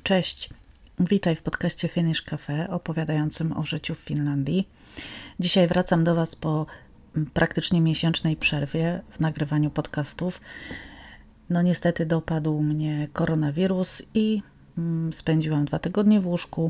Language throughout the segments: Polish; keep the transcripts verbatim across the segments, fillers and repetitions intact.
Cześć, witaj w podcaście Finnish Cafe opowiadającym o życiu w Finlandii. Dzisiaj wracam do Was po praktycznie miesięcznej przerwie w nagrywaniu podcastów. No niestety dopadł mnie koronawirus i mm, spędziłam dwa tygodnie w łóżku.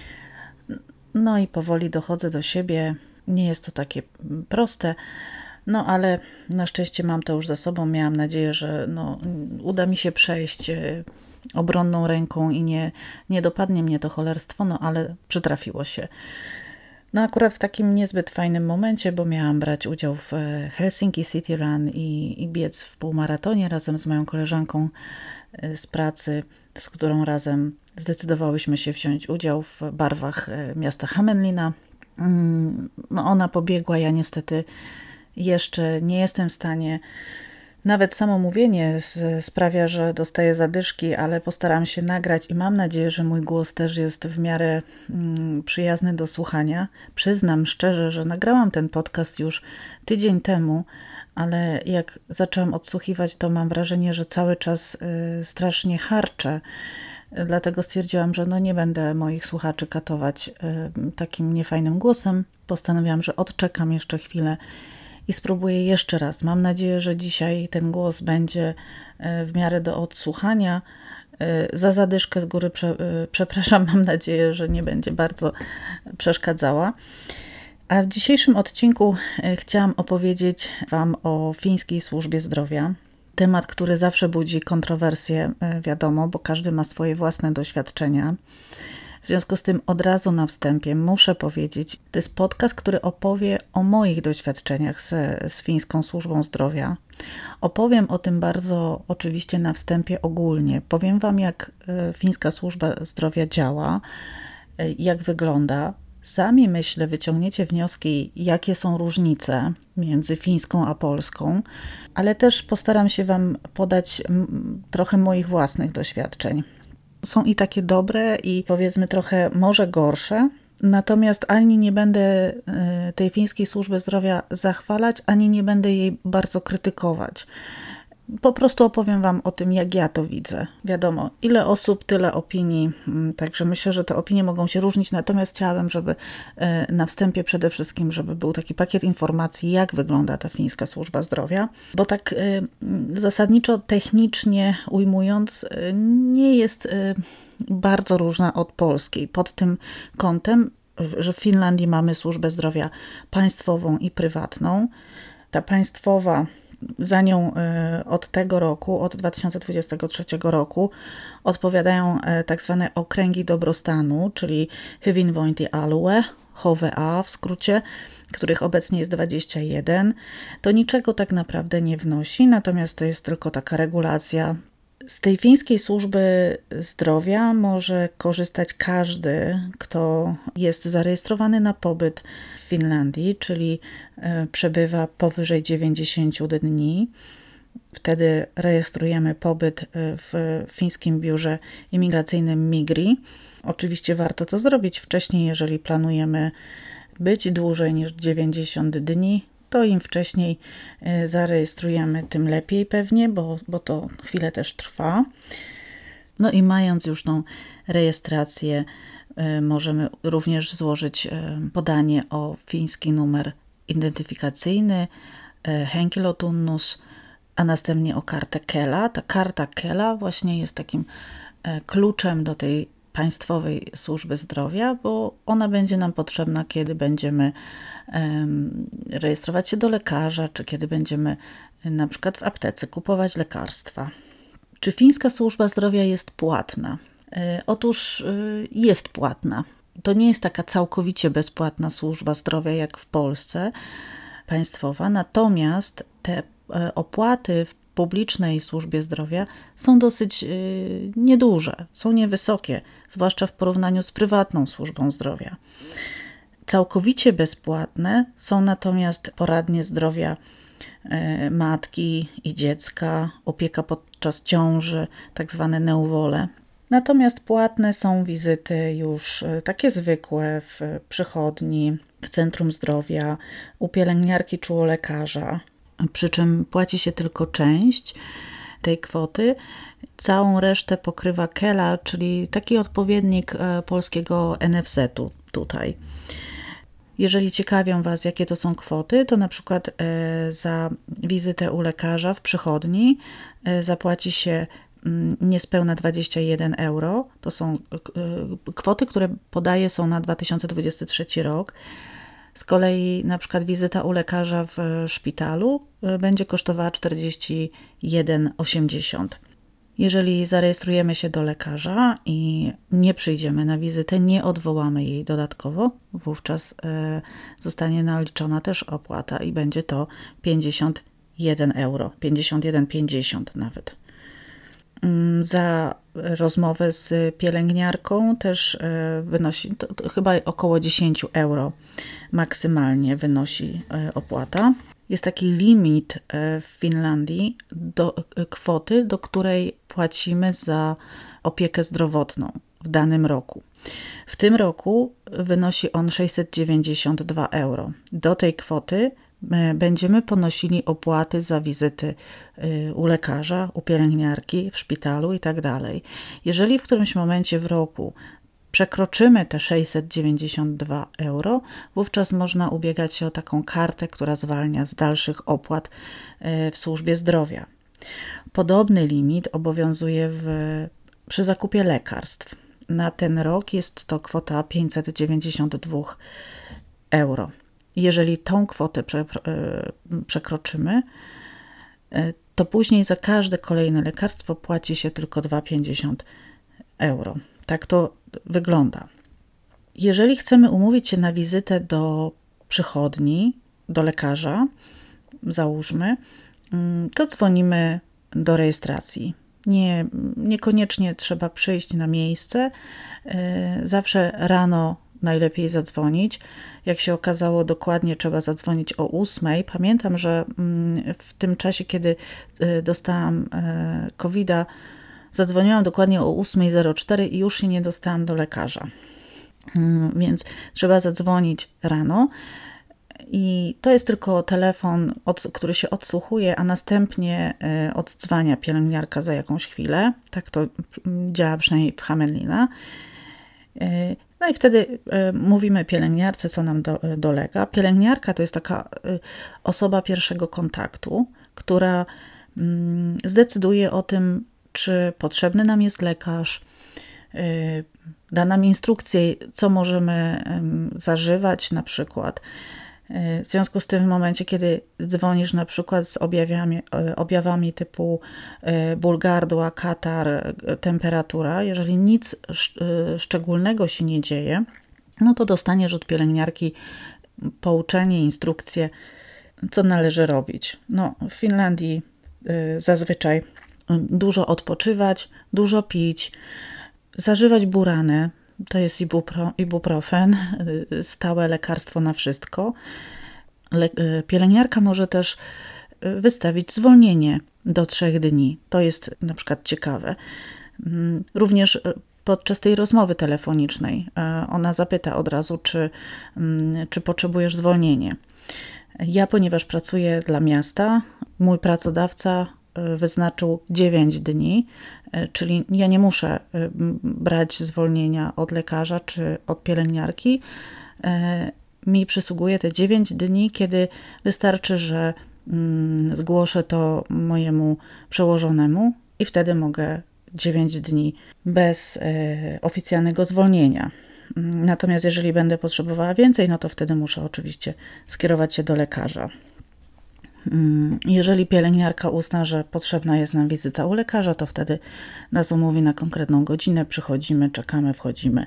No i powoli dochodzę do siebie. Nie jest to takie proste, no ale na szczęście mam to już za sobą. Miałam nadzieję, że no, uda mi się przejść obronną ręką i nie, nie dopadnie mnie to cholerstwo, no ale przytrafiło się. No akurat w takim niezbyt fajnym momencie, bo miałam brać udział w Helsinki City Run i, i biec w półmaratonie razem z moją koleżanką z pracy, z którą razem zdecydowałyśmy się wziąć udział w barwach miasta Hämeenlinna. No ona pobiegła, ja niestety jeszcze nie jestem w stanie. Nawet samo mówienie sprawia, że dostaję zadyszki, ale postaram się nagrać i mam nadzieję, że mój głos też jest w miarę mm, przyjazny do słuchania. Przyznam szczerze, że nagrałam ten podcast już tydzień temu, ale jak zaczęłam odsłuchiwać, to mam wrażenie, że cały czas y, strasznie harczę. Dlatego stwierdziłam, że no nie będę moich słuchaczy katować y, takim niefajnym głosem. Postanowiłam, że odczekam jeszcze chwilę i spróbuję jeszcze raz. Mam nadzieję, że dzisiaj ten głos będzie w miarę do odsłuchania. Za zadyszkę z góry prze, przepraszam, mam nadzieję, że nie będzie bardzo przeszkadzała. A w dzisiejszym odcinku chciałam opowiedzieć Wam o fińskiej służbie zdrowia. Temat, który zawsze budzi kontrowersje, wiadomo, bo każdy ma swoje własne doświadczenia. W związku z tym od razu na wstępie muszę powiedzieć, to jest podcast, który opowie o moich doświadczeniach z, z fińską służbą zdrowia. Opowiem o tym bardzo oczywiście na wstępie ogólnie. Powiem Wam, jak fińska służba zdrowia działa, jak wygląda. Sami, myślę, wyciągniecie wnioski, jakie są różnice między fińską a polską, ale też postaram się Wam podać trochę moich własnych doświadczeń. Są i takie dobre i powiedzmy trochę może gorsze, natomiast ani nie będę tej fińskiej służby zdrowia zachwalać, ani nie będę jej bardzo krytykować. Po prostu opowiem Wam o tym, jak ja to widzę. Wiadomo, ile osób, tyle opinii, także myślę, że te opinie mogą się różnić, natomiast chciałabym, żeby na wstępie przede wszystkim, żeby był taki pakiet informacji, jak wygląda ta fińska służba zdrowia, bo tak zasadniczo technicznie ujmując, nie jest bardzo różna od polskiej pod tym kątem, że w Finlandii mamy służbę zdrowia państwową i prywatną. Ta państwowa, za nią od tego roku, od dwa tysiące dwudziestego trzeciego roku odpowiadają tak zwane okręgi dobrostanu, czyli hyvinvointialue, H V A w skrócie, których obecnie jest dwadzieścia jeden. To niczego tak naprawdę nie wnosi, natomiast to jest tylko taka regulacja. Z tej fińskiej służby zdrowia może korzystać każdy, kto jest zarejestrowany na pobyt w Finlandii, czyli przebywa powyżej dziewięćdziesiąt dni. Wtedy rejestrujemy pobyt w fińskim biurze imigracyjnym Migri. Oczywiście warto to zrobić wcześniej, jeżeli planujemy być dłużej niż dziewięćdziesiąt dni. To im wcześniej zarejestrujemy, tym lepiej pewnie, bo, bo to chwilę też trwa. No i mając już tą rejestrację, możemy również złożyć podanie o fiński numer identyfikacyjny, henkilötunnus, a następnie o kartę Kela. Ta karta Kela właśnie jest takim kluczem do tej państwowej służby zdrowia, bo ona będzie nam potrzebna, kiedy będziemy um, rejestrować się do lekarza, czy kiedy będziemy na przykład w aptece kupować lekarstwa. Czy fińska służba zdrowia jest płatna? E, otóż e, jest płatna. To nie jest taka całkowicie bezpłatna służba zdrowia jak w Polsce państwowa, natomiast te e, opłaty w publicznej służbie zdrowia są dosyć yy, nieduże, są niewysokie, zwłaszcza w porównaniu z prywatną służbą zdrowia. Całkowicie bezpłatne są natomiast poradnie zdrowia yy, matki i dziecka, opieka podczas ciąży, tak zwane neuvole. Natomiast płatne są wizyty już yy, takie zwykłe w przychodni, w centrum zdrowia, u pielęgniarki czy u lekarza. Przy czym płaci się tylko część. tej kwoty. Całą resztę pokrywa Kela, czyli taki odpowiednik polskiego en ef zetu tutaj. Jeżeli ciekawią Was, jakie to są kwoty, to na przykład za wizytę u lekarza w przychodni zapłaci się niespełna dwadzieścia jeden euro. To są kwoty, które podaję są na dwa tysiące dwudziesty trzeci rok. Z kolei na przykład wizyta u lekarza w szpitalu będzie kosztowała czterdzieści jeden osiemdziesiąt. Jeżeli zarejestrujemy się do lekarza i nie przyjdziemy na wizytę, nie odwołamy jej dodatkowo, wówczas zostanie naliczona też opłata i będzie to pięćdziesiąt jeden euro, pięćdziesiąt jeden pięćdziesiąt nawet. Za rozmowę z pielęgniarką też wynosi, to, to chyba około dziesięć euro maksymalnie wynosi opłata. Jest taki limit w Finlandii do kwoty, do której płacimy za opiekę zdrowotną w danym roku. W tym roku wynosi on sześćset dziewięćdziesiąt dwa euro. Do tej kwoty będziemy ponosili opłaty za wizyty u lekarza, u pielęgniarki, w szpitalu i tak dalej. Jeżeli w którymś momencie w roku przekroczymy te sześćset dziewięćdziesiąt dwa euro, wówczas można ubiegać się o taką kartę, która zwalnia z dalszych opłat w służbie zdrowia. Podobny limit obowiązuje w, przy zakupie lekarstw. Na ten rok jest to kwota pięćset dziewięćdziesiąt dwa euro. Jeżeli tą kwotę prze, przekroczymy, to później za każde kolejne lekarstwo płaci się tylko dwa złote pięćdziesiąt euro. Tak to wygląda. Jeżeli chcemy umówić się na wizytę do przychodni, do lekarza, załóżmy, to dzwonimy do rejestracji. Nie, niekoniecznie trzeba przyjść na miejsce. Zawsze rano najlepiej zadzwonić. Jak się okazało, dokładnie trzeba zadzwonić o ósmej. Pamiętam, że w tym czasie, kiedy dostałam kowida, zadzwoniłam dokładnie o ósma zero cztery i już się nie dostałam do lekarza. Więc trzeba zadzwonić rano. I to jest tylko telefon, który się odsłuchuje, a następnie oddzwania pielęgniarka za jakąś chwilę. Tak to działa przynajmniej w Hämeenlinna. No i wtedy mówimy pielęgniarce, co nam do, dolega. Pielęgniarka to jest taka osoba pierwszego kontaktu, która zdecyduje o tym, czy potrzebny nam jest lekarz, da nam instrukcję, co możemy zażywać na przykład. W związku z tym w momencie, kiedy dzwonisz na przykład z objawami, objawami typu ból gardła, katar, temperatura, jeżeli nic szczególnego się nie dzieje, no to dostaniesz od pielęgniarki pouczenie, instrukcję, co należy robić. No, w Finlandii zazwyczaj dużo odpoczywać, dużo pić, zażywać burany. To jest ibupro, ibuprofen, stałe lekarstwo na wszystko. Le, pielęgniarka może też wystawić zwolnienie do trzech dni. To jest na przykład ciekawe. Również podczas tej rozmowy telefonicznej ona zapyta od razu, czy, czy potrzebujesz zwolnienie. Ja, ponieważ pracuję dla miasta, mój pracodawca wyznaczył dziewięć dni, czyli ja nie muszę brać zwolnienia od lekarza czy od pielęgniarki. Mi przysługuje te dziewięć dni, kiedy wystarczy, że zgłoszę to mojemu przełożonemu i wtedy mogę dziewięć dni bez oficjalnego zwolnienia. Natomiast jeżeli będę potrzebowała więcej, no to wtedy muszę oczywiście skierować się do lekarza. Jeżeli pielęgniarka uzna, że potrzebna jest nam wizyta u lekarza, to wtedy nas umówi na konkretną godzinę, przychodzimy, czekamy, wchodzimy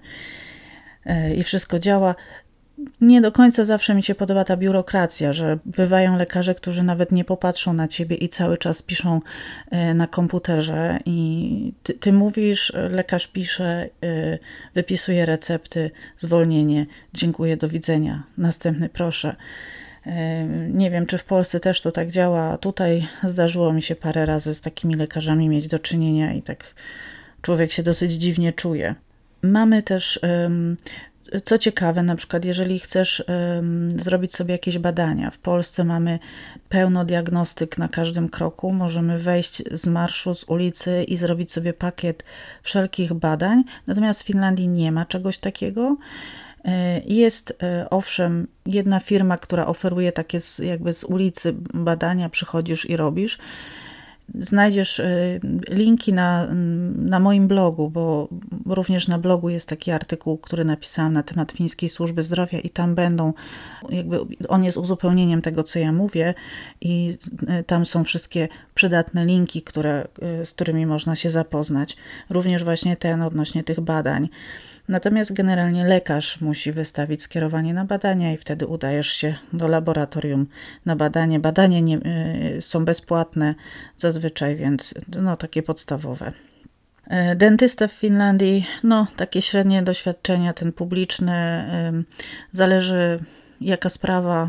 i wszystko działa. Nie do końca zawsze mi się podoba ta biurokracja, że bywają lekarze, którzy nawet nie popatrzą na ciebie i cały czas piszą na komputerze i ty, ty mówisz, lekarz pisze, wypisuje recepty, zwolnienie, dziękuję, do widzenia, następny proszę. Nie wiem, czy w Polsce też to tak działa. Tutaj zdarzyło mi się parę razy z takimi lekarzami mieć do czynienia i tak człowiek się dosyć dziwnie czuje. Mamy też um, Co ciekawe, na przykład jeżeli chcesz um, zrobić sobie jakieś badania, w Polsce mamy pełno diagnostyk na każdym kroku, możemy wejść z marszu, z ulicy i zrobić sobie pakiet wszelkich badań, natomiast w Finlandii nie ma czegoś takiego. Jest owszem jedna firma, która oferuje takie z, jakby z ulicy badania, przychodzisz i robisz. Znajdziesz linki na, na moim blogu, bo również na blogu jest taki artykuł, który napisałam na temat fińskiej służby zdrowia i tam będą, jakby on jest uzupełnieniem tego, co ja mówię i tam są wszystkie przydatne linki, które, z którymi można się zapoznać. Również właśnie ten odnośnie tych badań. Natomiast generalnie lekarz musi wystawić skierowanie na badania i wtedy udajesz się do laboratorium na badanie. Badania nie, y, są bezpłatne zazwyczaj, więc no, takie podstawowe. Dentysta w Finlandii, no takie średnie doświadczenia, ten publiczny, y, zależy jaka sprawa.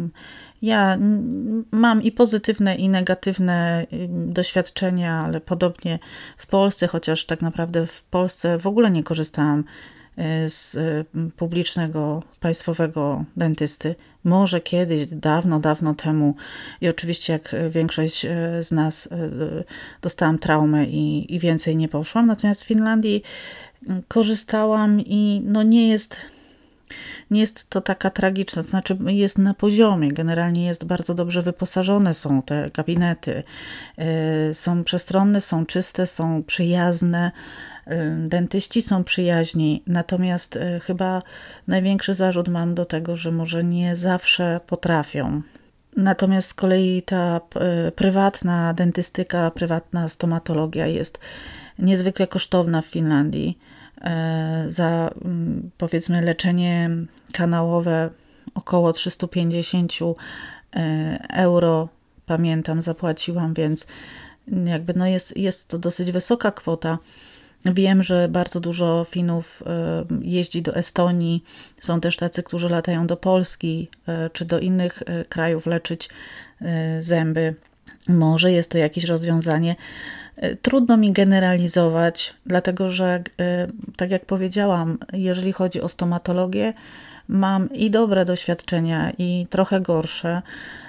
Ja mam i pozytywne, i negatywne doświadczenia, ale podobnie w Polsce, chociaż tak naprawdę w Polsce w ogóle nie korzystałam z publicznego, państwowego dentysty. Może kiedyś, dawno, dawno temu i oczywiście jak większość z nas dostałam traumę i, i więcej nie poszłam. Natomiast w Finlandii korzystałam i no nie jest... Nie jest to taka tragiczna, to znaczy jest na poziomie, generalnie jest bardzo dobrze wyposażone są te gabinety, są przestronne, są czyste, są przyjazne, dentyści są przyjaźni, natomiast chyba największy zarzut mam do tego, że może nie zawsze potrafią. Natomiast z kolei ta prywatna dentystyka, prywatna stomatologia jest niezwykle kosztowna w Finlandii. Za powiedzmy leczenie kanałowe około trzysta pięćdziesiąt euro, pamiętam, zapłaciłam, więc jakby no jest, jest to dosyć wysoka kwota. Wiem, że bardzo dużo Finów jeździ do Estonii, są też tacy, którzy latają do Polski czy do innych krajów leczyć zęby. Może jest to jakieś rozwiązanie. Trudno mi generalizować, dlatego że, tak jak powiedziałam, jeżeli chodzi o stomatologię, mam i dobre doświadczenia, i trochę gorsze.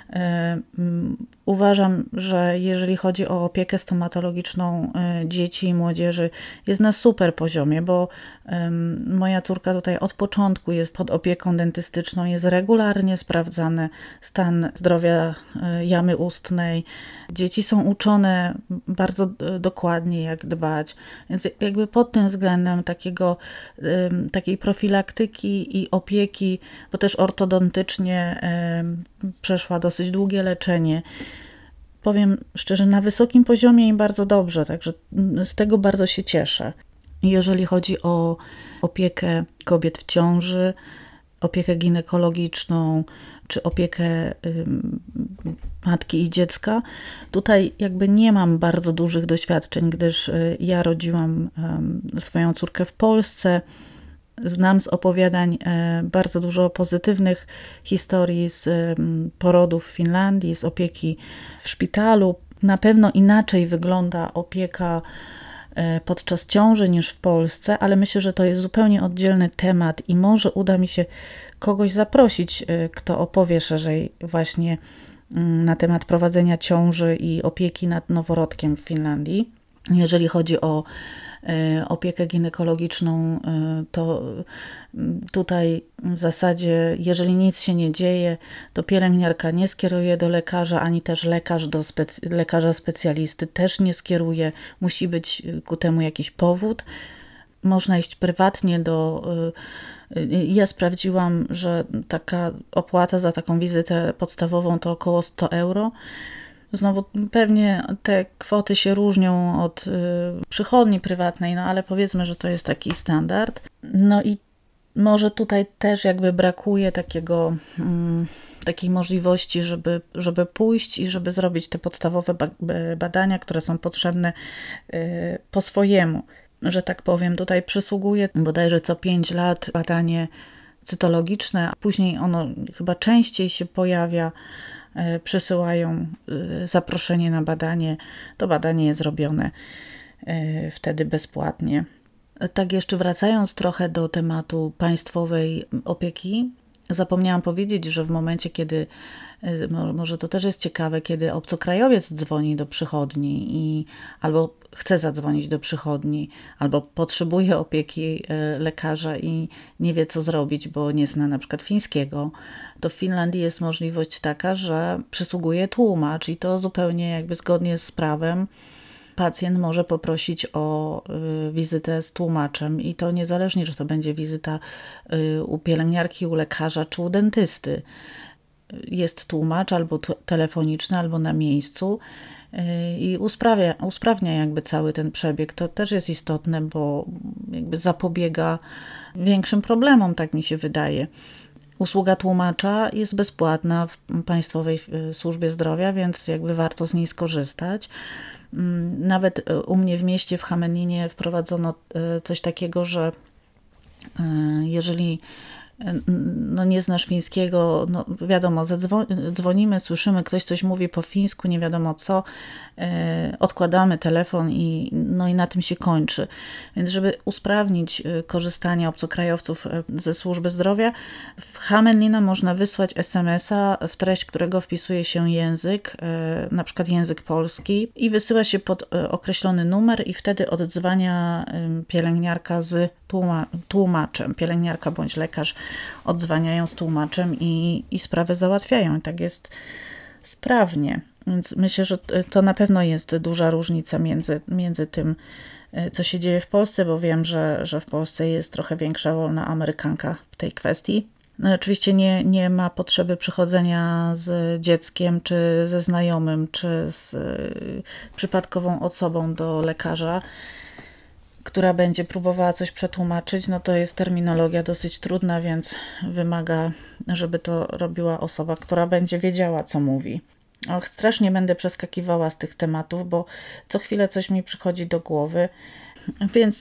Uważam, że jeżeli chodzi o opiekę stomatologiczną dzieci i młodzieży, jest na super poziomie, bo moja córka tutaj od początku jest pod opieką dentystyczną, jest regularnie sprawdzany stan zdrowia jamy ustnej. Dzieci są uczone bardzo dokładnie, jak dbać, więc jakby pod tym względem takiego, takiej profilaktyki i opieki, bo też ortodontycznie przeszła dosyć długie leczenie. Powiem szczerze, na wysokim poziomie i bardzo dobrze, także z tego bardzo się cieszę. Jeżeli chodzi o opiekę kobiet w ciąży, opiekę ginekologiczną, czy opiekę ym, matki i dziecka, tutaj jakby nie mam bardzo dużych doświadczeń, gdyż y, ja rodziłam y, swoją córkę w Polsce. Znam z opowiadań y, bardzo dużo pozytywnych historii z y, porodów w Finlandii, z opieki w szpitalu. Na pewno inaczej wygląda opieka y, podczas ciąży niż w Polsce, ale myślę, że to jest zupełnie oddzielny temat i może uda mi się kogoś zaprosić, kto opowie szerzej właśnie na temat prowadzenia ciąży i opieki nad noworodkiem w Finlandii. Jeżeli chodzi o opiekę ginekologiczną, to tutaj w zasadzie, jeżeli nic się nie dzieje, to pielęgniarka nie skieruje do lekarza, ani też lekarz do specy- lekarza specjalisty też nie skieruje. Musi być ku temu jakiś powód. Można iść prywatnie do... Ja sprawdziłam, że taka opłata za taką wizytę podstawową to około sto euro. Znowu pewnie te kwoty się różnią od y, przychodni prywatnej, no ale powiedzmy, że to jest taki standard. No i może tutaj też jakby brakuje takiego, mm, takiej możliwości, żeby, żeby pójść i żeby zrobić te podstawowe ba- badania, które są potrzebne y, po swojemu. Że tak powiem, tutaj przysługuje bodajże co pięć lat badanie cytologiczne, a później ono chyba częściej się pojawia, przysyłają zaproszenie na badanie, to badanie jest robione wtedy bezpłatnie. Tak jeszcze wracając trochę do tematu państwowej opieki, zapomniałam powiedzieć, że w momencie, kiedy, może to też jest ciekawe, kiedy obcokrajowiec dzwoni do przychodni i albo chce zadzwonić do przychodni, albo potrzebuje opieki lekarza i nie wie, co zrobić, bo nie zna na przykład fińskiego, to w Finlandii jest możliwość taka, że przysługuje tłumacz i to zupełnie jakby zgodnie z prawem. Pacjent może poprosić o y, wizytę z tłumaczem i to niezależnie, czy to będzie wizyta y, u pielęgniarki, u lekarza czy u dentysty. Jest tłumacz albo t- telefoniczny, albo na miejscu y, i usprawia, usprawnia jakby cały ten przebieg. To też jest istotne, bo jakby zapobiega większym problemom, tak mi się wydaje. Usługa tłumacza jest bezpłatna w Państwowej Służbie Zdrowia, więc jakby warto z niej skorzystać. Nawet u mnie w mieście, w Hämeenlinnie wprowadzono coś takiego, że jeżeli no nie znasz fińskiego, no wiadomo, zadzwo- dzwonimy, słyszymy, ktoś coś mówi po fińsku, nie wiadomo co, e, odkładamy telefon i, no i na tym się kończy. Więc żeby usprawnić korzystanie obcokrajowców ze służby zdrowia, w Hämeenlinna można wysłać es em es a, w treść którego wpisuje się język, e, na przykład język polski i wysyła się pod określony numer i wtedy oddzwania pielęgniarka z tłuma- tłumaczem, pielęgniarka bądź lekarz odzwaniają z tłumaczem i, i sprawę załatwiają. I tak jest sprawnie. Więc myślę, że to na pewno jest duża różnica między, między tym, co się dzieje w Polsce, bo wiem, że, że w Polsce jest trochę większa wolna amerykanka w tej kwestii. No oczywiście nie, nie ma potrzeby przychodzenia z dzieckiem, czy ze znajomym, czy z y, przypadkową osobą do lekarza, która będzie próbowała coś przetłumaczyć. No to jest terminologia dosyć trudna, więc wymaga, żeby to robiła osoba, która będzie wiedziała, co mówi. Och, strasznie będę przeskakiwała z tych tematów, bo co chwilę coś mi przychodzi do głowy, więc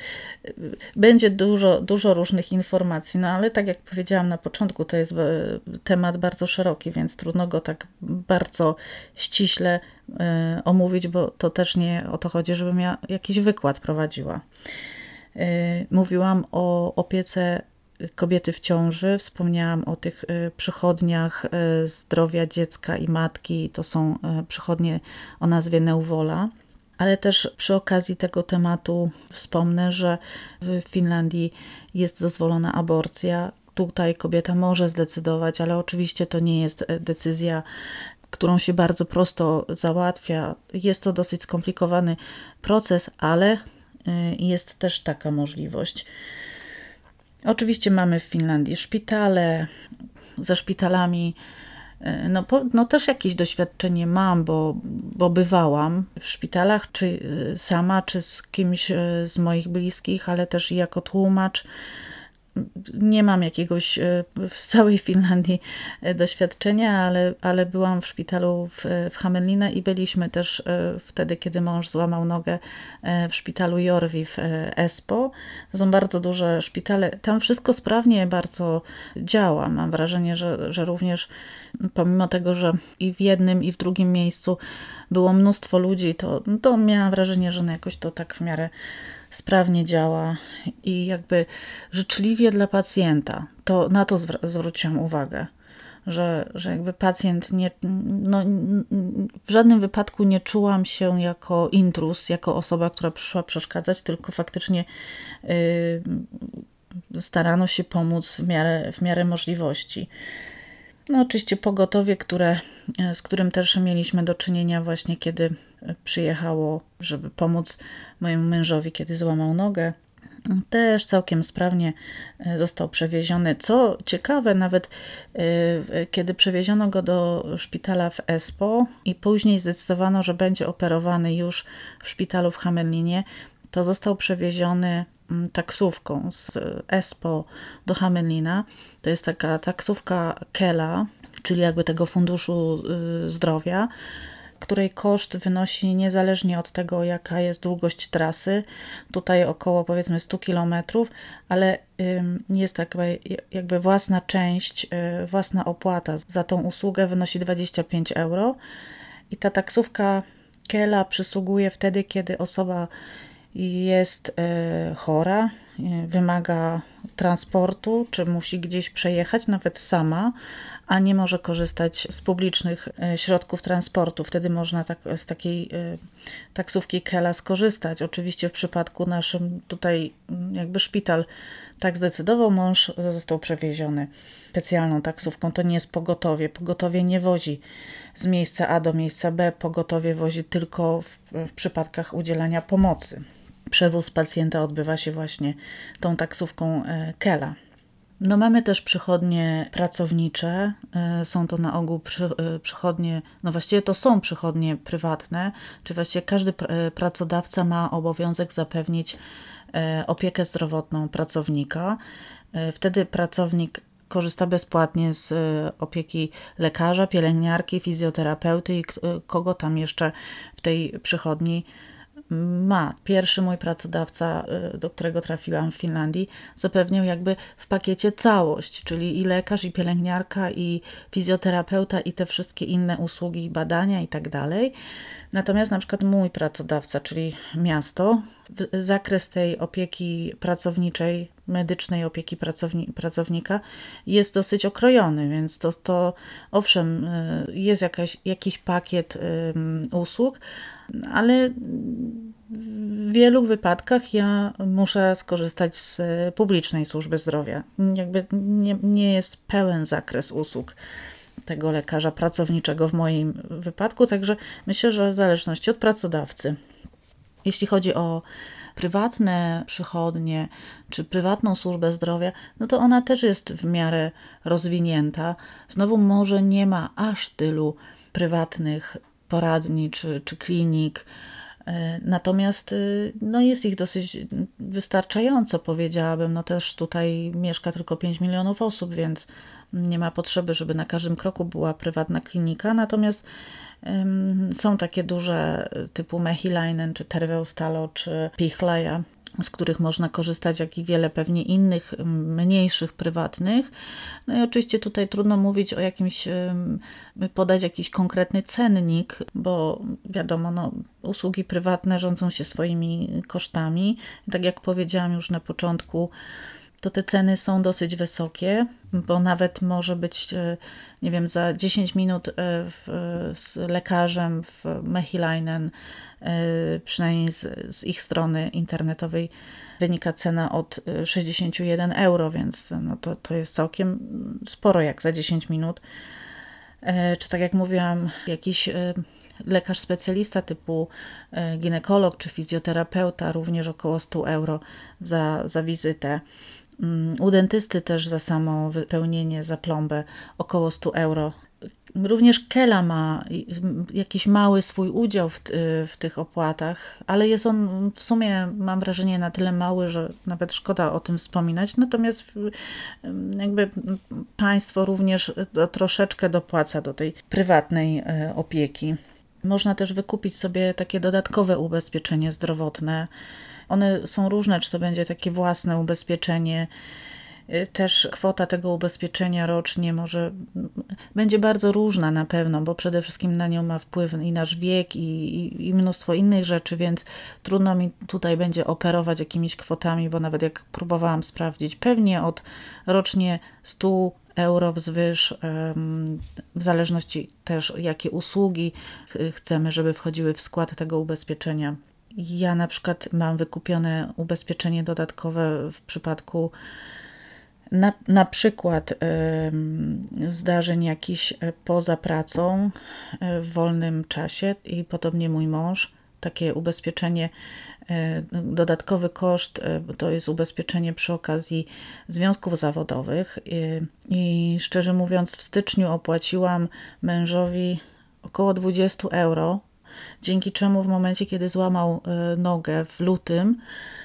będzie dużo, dużo różnych informacji, no ale tak jak powiedziałam na początku, to jest temat bardzo szeroki, więc trudno go tak bardzo ściśle y, omówić, bo to też nie o to chodzi, żebym ja jakiś wykład prowadziła. Y, mówiłam o opiece kobiety w ciąży, wspomniałam o tych y, przychodniach y, zdrowia dziecka i matki, to są y, przychodnie o nazwie Neuwola. Ale też przy okazji tego tematu wspomnę, że w Finlandii jest dozwolona aborcja. Tutaj kobieta może zdecydować, ale oczywiście to nie jest decyzja, którą się bardzo prosto załatwia. Jest to dosyć skomplikowany proces, ale jest też taka możliwość. Oczywiście mamy w Finlandii szpitale. Ze szpitalami No, po, no też jakieś doświadczenie mam, bo, bo bywałam w szpitalach, czy sama, czy z kimś z moich bliskich, ale też i jako tłumacz. Nie mam jakiegoś w całej Finlandii doświadczenia, ale, ale byłam w szpitalu w, w Hämeenlinna i byliśmy też wtedy, kiedy mąż złamał nogę w szpitalu Jorvi w Espoo. To są bardzo duże szpitale. Tam wszystko sprawnie bardzo działa. Mam wrażenie, że, że również pomimo tego, że i w jednym, i w drugim miejscu było mnóstwo ludzi, to, to miałam wrażenie, że no jakoś to tak w miarę sprawnie działa i jakby życzliwie dla pacjenta. To na to zwr- zwróciłam uwagę, że, że jakby pacjent nie, no, w żadnym wypadku nie czułam się jako intruz, jako osoba, która przyszła przeszkadzać, tylko faktycznie yy, starano się pomóc w miarę, w miarę możliwości. No oczywiście pogotowie, które, z którym też mieliśmy do czynienia właśnie kiedy przyjechało, żeby pomóc mojemu mężowi, kiedy złamał nogę, też całkiem sprawnie został przewieziony. Co ciekawe, nawet kiedy przewieziono go do szpitala w Espoo i później zdecydowano, że będzie operowany już w szpitalu w Hämeenlinnie, to został przewieziony taksówką z Espoo do Hämeenlinna. To jest taka taksówka Kela, czyli jakby tego funduszu zdrowia, której koszt wynosi niezależnie od tego, jaka jest długość trasy. Tutaj około powiedzmy sto kilometrów, ale jest jakby, jakby własna część, własna opłata za tą usługę wynosi dwadzieścia pięć euro. I ta taksówka Kela przysługuje wtedy, kiedy osoba jest chora, wymaga transportu, czy musi gdzieś przejechać, nawet sama, a nie może korzystać z publicznych środków transportu. Wtedy można tak, z takiej taksówki Kela skorzystać. Oczywiście w przypadku naszym tutaj jakby szpital tak zdecydował, mąż został przewieziony specjalną taksówką. To nie jest pogotowie. Pogotowie nie wozi z miejsca A do miejsca B. Pogotowie wozi tylko w, w przypadkach udzielania pomocy. Przewóz pacjenta odbywa się właśnie tą taksówką Kela. No mamy też przychodnie pracownicze, są to na ogół przy, przychodnie, no właściwie to są przychodnie prywatne, czy właściwie każdy pr- pracodawca ma obowiązek zapewnić opiekę zdrowotną pracownika. Wtedy pracownik korzysta bezpłatnie z opieki lekarza, pielęgniarki, fizjoterapeuty i kogo tam jeszcze w tej przychodni ma. Pierwszy mój pracodawca, do którego trafiłam w Finlandii, zapewniał jakby w pakiecie całość, czyli i lekarz, i pielęgniarka, i fizjoterapeuta, i te wszystkie inne usługi, badania i tak dalej. Natomiast na przykład mój pracodawca, czyli miasto, zakres tej opieki pracowniczej, medycznej opieki pracowni- pracownika jest dosyć okrojony, więc to, to owszem, jest jakaś, jakiś pakiet um, usług, ale w wielu wypadkach ja muszę skorzystać z publicznej służby zdrowia. Jakby nie, nie jest pełen zakres usług tego lekarza pracowniczego w moim wypadku, także myślę, że w zależności od pracodawcy. Jeśli chodzi o prywatne przychodnie czy prywatną służbę zdrowia, no to ona też jest w miarę rozwinięta. Znowu może nie ma aż tylu prywatnych poradni czy, czy klinik, natomiast no jest ich dosyć wystarczająco, powiedziałabym. No też tutaj mieszka tylko pięć milionów osób, więc nie ma potrzeby, żeby na każdym kroku była prywatna klinika, natomiast ym, są takie duże typu Mehiläinen, czy Terveystalo, czy Pihlaja, z których można korzystać, jak i wiele pewnie innych, mniejszych, prywatnych. No i oczywiście tutaj trudno mówić o jakimś, podać jakiś konkretny cennik, bo wiadomo, no, usługi prywatne rządzą się swoimi kosztami. I tak jak powiedziałam już na początku, to te ceny są dosyć wysokie, bo nawet może być, nie wiem, za dziesięć minut w, z lekarzem w Mehiläinen, przynajmniej z, z ich strony internetowej, wynika cena od sześćdziesiąt jeden euro, więc no to, to jest całkiem sporo jak za dziesięć minut. Czy tak jak mówiłam, jakiś lekarz specjalista typu ginekolog czy fizjoterapeuta, również około sto euro za, za wizytę. U dentysty też za samo wypełnienie, za plombę około sto euro. Również Kela ma jakiś mały swój udział w, w tych opłatach, ale jest on w sumie, mam wrażenie, na tyle mały, że nawet szkoda o tym wspominać. Natomiast jakby państwo również troszeczkę dopłaca do tej prywatnej opieki. Można też wykupić sobie takie dodatkowe ubezpieczenie zdrowotne. One są różne, czy to będzie takie własne ubezpieczenie. Też kwota tego ubezpieczenia rocznie może będzie bardzo różna na pewno, bo przede wszystkim na nią ma wpływ i nasz wiek, i, i, i mnóstwo innych rzeczy, więc trudno mi tutaj będzie operować jakimiś kwotami, bo nawet jak próbowałam sprawdzić, pewnie od rocznie sto euro wzwyż, w zależności też jakie usługi chcemy, żeby wchodziły w skład tego ubezpieczenia. Ja na przykład mam wykupione ubezpieczenie dodatkowe w przypadku na, na przykład y, zdarzeń jakichś poza pracą y, w wolnym czasie i podobnie mój mąż. Takie ubezpieczenie, y, dodatkowy koszt y, to jest ubezpieczenie przy okazji związków zawodowych y, i szczerze mówiąc w styczniu opłaciłam mężowi około dwadzieścia euro, dzięki czemu w momencie, kiedy złamał y, nogę w lutym,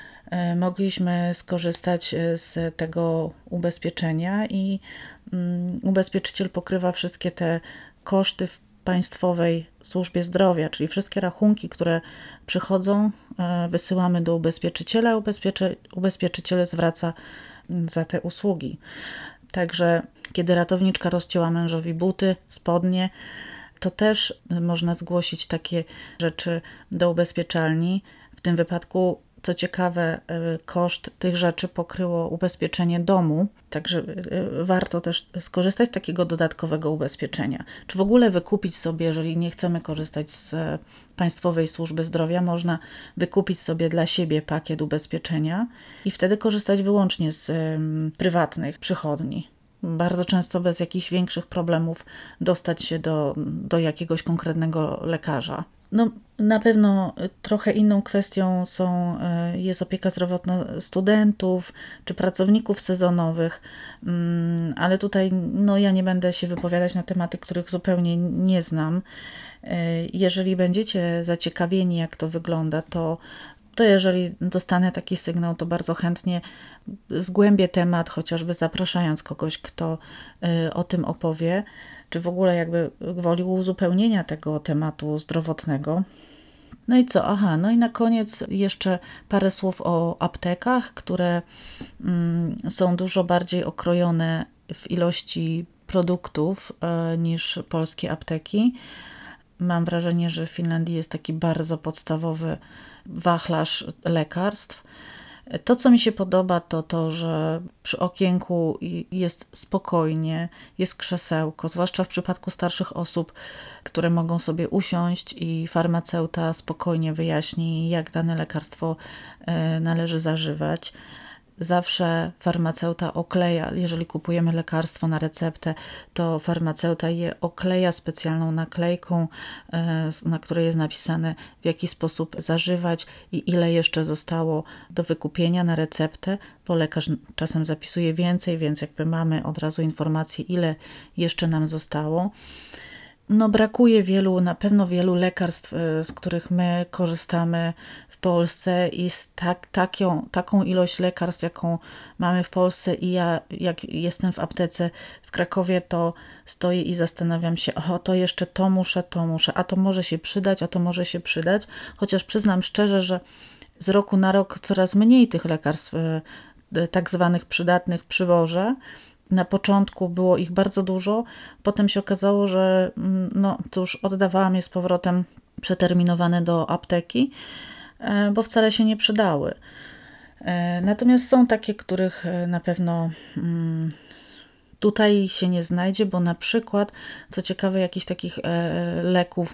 mogliśmy skorzystać z tego ubezpieczenia i ubezpieczyciel pokrywa wszystkie te koszty w państwowej służbie zdrowia, czyli wszystkie rachunki, które przychodzą, wysyłamy do ubezpieczyciela, ubezpieczy, ubezpieczyciel zwraca za te usługi. Także kiedy ratowniczka rozcięła mężowi buty, spodnie, to też można zgłosić takie rzeczy do ubezpieczalni. W tym wypadku Co ciekawe, koszt tych rzeczy pokryło ubezpieczenie domu, także warto też skorzystać z takiego dodatkowego ubezpieczenia. Czy w ogóle wykupić sobie, jeżeli nie chcemy korzystać z Państwowej Służby Zdrowia, można wykupić sobie dla siebie pakiet ubezpieczenia i wtedy korzystać wyłącznie z prywatnych przychodni. Bardzo często bez jakichś większych problemów dostać się do, do jakiegoś konkretnego lekarza. No, na pewno trochę inną kwestią są, jest opieka zdrowotna studentów czy pracowników sezonowych, ale tutaj no, ja nie będę się wypowiadać na tematy, których zupełnie nie znam. Jeżeli będziecie zaciekawieni, jak to wygląda, to to jeżeli dostanę taki sygnał, to bardzo chętnie zgłębię temat, chociażby zapraszając kogoś, kto o tym opowie, czy w ogóle jakby gwoli uzupełnienia tego tematu zdrowotnego. No i co? Aha, no i na koniec jeszcze parę słów o aptekach, które mm, są dużo bardziej okrojone w ilości produktów e, niż polskie apteki. Mam wrażenie, że w Finlandii jest taki bardzo podstawowy wachlarz lekarstw. To, co mi się podoba, to to, że przy okienku jest spokojnie, jest krzesełko, zwłaszcza w przypadku starszych osób, które mogą sobie usiąść i farmaceuta spokojnie wyjaśni, jak dane lekarstwo należy zażywać. Zawsze farmaceuta okleja, jeżeli kupujemy lekarstwo na receptę, to farmaceuta je okleja specjalną naklejką, na której jest napisane, w jaki sposób zażywać i ile jeszcze zostało do wykupienia na receptę, bo lekarz czasem zapisuje więcej, więc jakby mamy od razu informację, ile jeszcze nam zostało. No brakuje wielu, na pewno wielu lekarstw, z których my korzystamy w Polsce i z tak, taką, taką ilość lekarstw, jaką mamy w Polsce i ja jak jestem w aptece w Krakowie, to stoję i zastanawiam się, o to jeszcze to muszę, to muszę, a to może się przydać, a to może się przydać, chociaż przyznam szczerze, że z roku na rok coraz mniej tych lekarstw tak zwanych przydatnych przywożę. Na początku było ich bardzo dużo, potem się okazało, że no cóż, oddawałam je z powrotem przeterminowane do apteki, bo wcale się nie przydały. Natomiast są takie, których na pewno tutaj się nie znajdzie, bo na przykład, co ciekawe, jakichś takich leków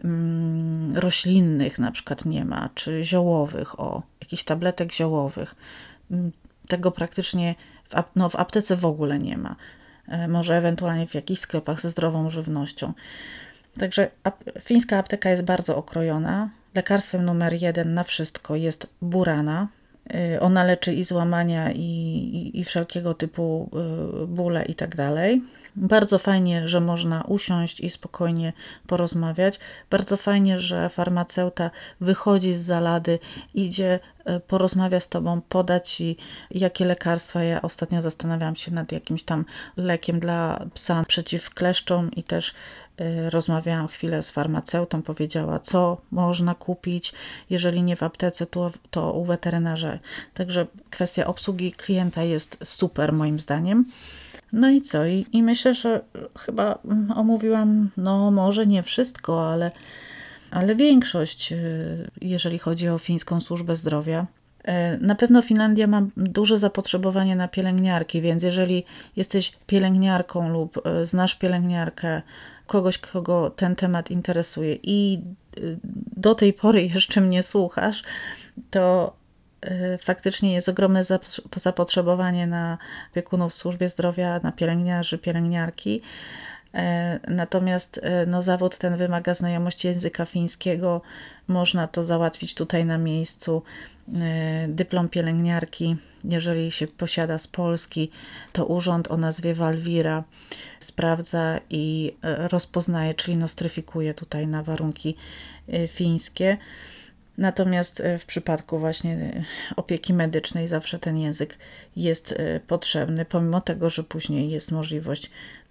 roślinnych na przykład nie ma, czy ziołowych, o, jakichś tabletek ziołowych. Tego praktycznie w, ap- no, w aptece w ogóle nie ma. Może ewentualnie w jakichś sklepach ze zdrową żywnością. Także ap- fińska apteka jest bardzo okrojona. Lekarstwem numer jeden na wszystko jest burana. Ona leczy i złamania, i, i, i wszelkiego typu bóle i tak dalej. Bardzo fajnie, że można usiąść i spokojnie porozmawiać. Bardzo fajnie, że farmaceuta wychodzi z zalady, idzie, porozmawia z tobą, poda ci jakie lekarstwa. Ja ostatnio zastanawiałam się nad jakimś tam lekiem dla psa przeciw kleszczom i też rozmawiałam chwilę z farmaceutą, powiedziała, co można kupić, jeżeli nie w aptece, to, to u weterynarza. Także kwestia obsługi klienta jest super moim zdaniem. No i co? I, i myślę, że chyba omówiłam, no może nie wszystko, ale, ale większość, jeżeli chodzi o fińską służbę zdrowia. Na pewno Finlandia ma duże zapotrzebowanie na pielęgniarki, więc jeżeli jesteś pielęgniarką lub znasz pielęgniarkę, kogoś, kogo ten temat interesuje i do tej pory jeszcze mnie słuchasz, to faktycznie jest ogromne zapotrzebowanie na opiekunów w służbie zdrowia, na pielęgniarzy, pielęgniarki. Natomiast no, zawód ten wymaga znajomości języka fińskiego. Można to załatwić tutaj na miejscu. Dyplom pielęgniarki, jeżeli się posiada z Polski, to urząd o nazwie Valvira sprawdza i rozpoznaje, czyli nostryfikuje tutaj na warunki fińskie. Natomiast w przypadku właśnie opieki medycznej zawsze ten język jest potrzebny, pomimo tego, że później jest możliwość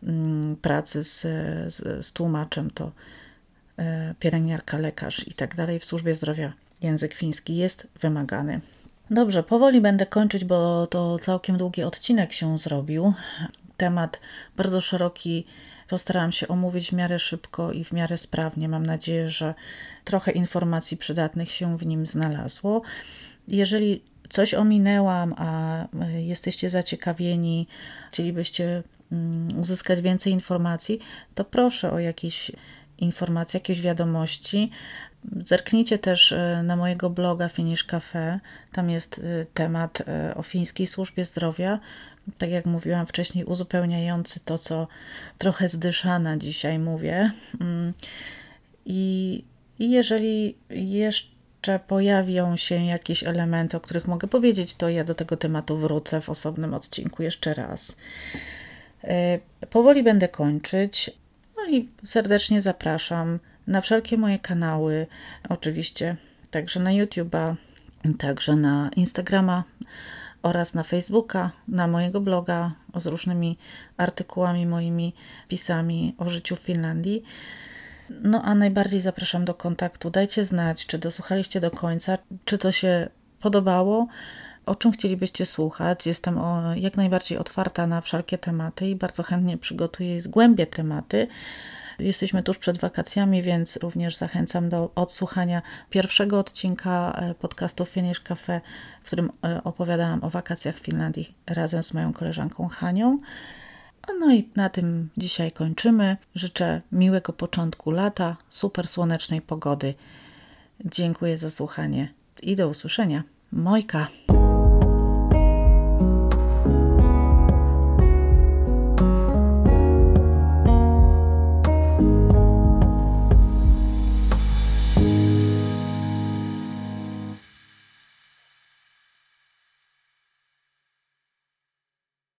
pracy z, z, z tłumaczem, to pielęgniarka, lekarz i tak dalej w służbie zdrowia język fiński jest wymagany. Dobrze, powoli będę kończyć, bo to całkiem długi odcinek się zrobił. Temat bardzo szeroki, postarałam się omówić w miarę szybko i w miarę sprawnie. Mam nadzieję, że trochę informacji przydatnych się w nim znalazło. Jeżeli coś ominęłam, a jesteście zaciekawieni, chcielibyście uzyskać więcej informacji, to proszę o jakieś informacje, jakieś wiadomości. Zerknijcie też na mojego bloga Finish Cafe. Tam jest temat o fińskiej służbie zdrowia. Tak jak mówiłam wcześniej, uzupełniający to, co trochę zdyszana dzisiaj mówię. I, i jeżeli jeszcze pojawią się jakieś elementy, o których mogę powiedzieć, to ja do tego tematu wrócę w osobnym odcinku jeszcze raz. Powoli będę kończyć. No i serdecznie zapraszam na wszelkie moje kanały, oczywiście także na YouTube'a, także na Instagrama oraz na Facebooka, na mojego bloga z różnymi artykułami, moimi pisami o życiu w Finlandii. No a najbardziej zapraszam do kontaktu. Dajcie znać, czy dosłuchaliście do końca, czy to się podobało, o czym chcielibyście słuchać. Jestem o, jak najbardziej otwarta na wszelkie tematy i bardzo chętnie przygotuję i zgłębię tematy. Jesteśmy tuż przed wakacjami, więc również zachęcam do odsłuchania pierwszego odcinka podcastu Finish Cafe, w którym opowiadałam o wakacjach w Finlandii razem z moją koleżanką Hanią. No i na tym dzisiaj kończymy. Życzę miłego początku lata, super słonecznej pogody. Dziękuję za słuchanie i do usłyszenia. Moika!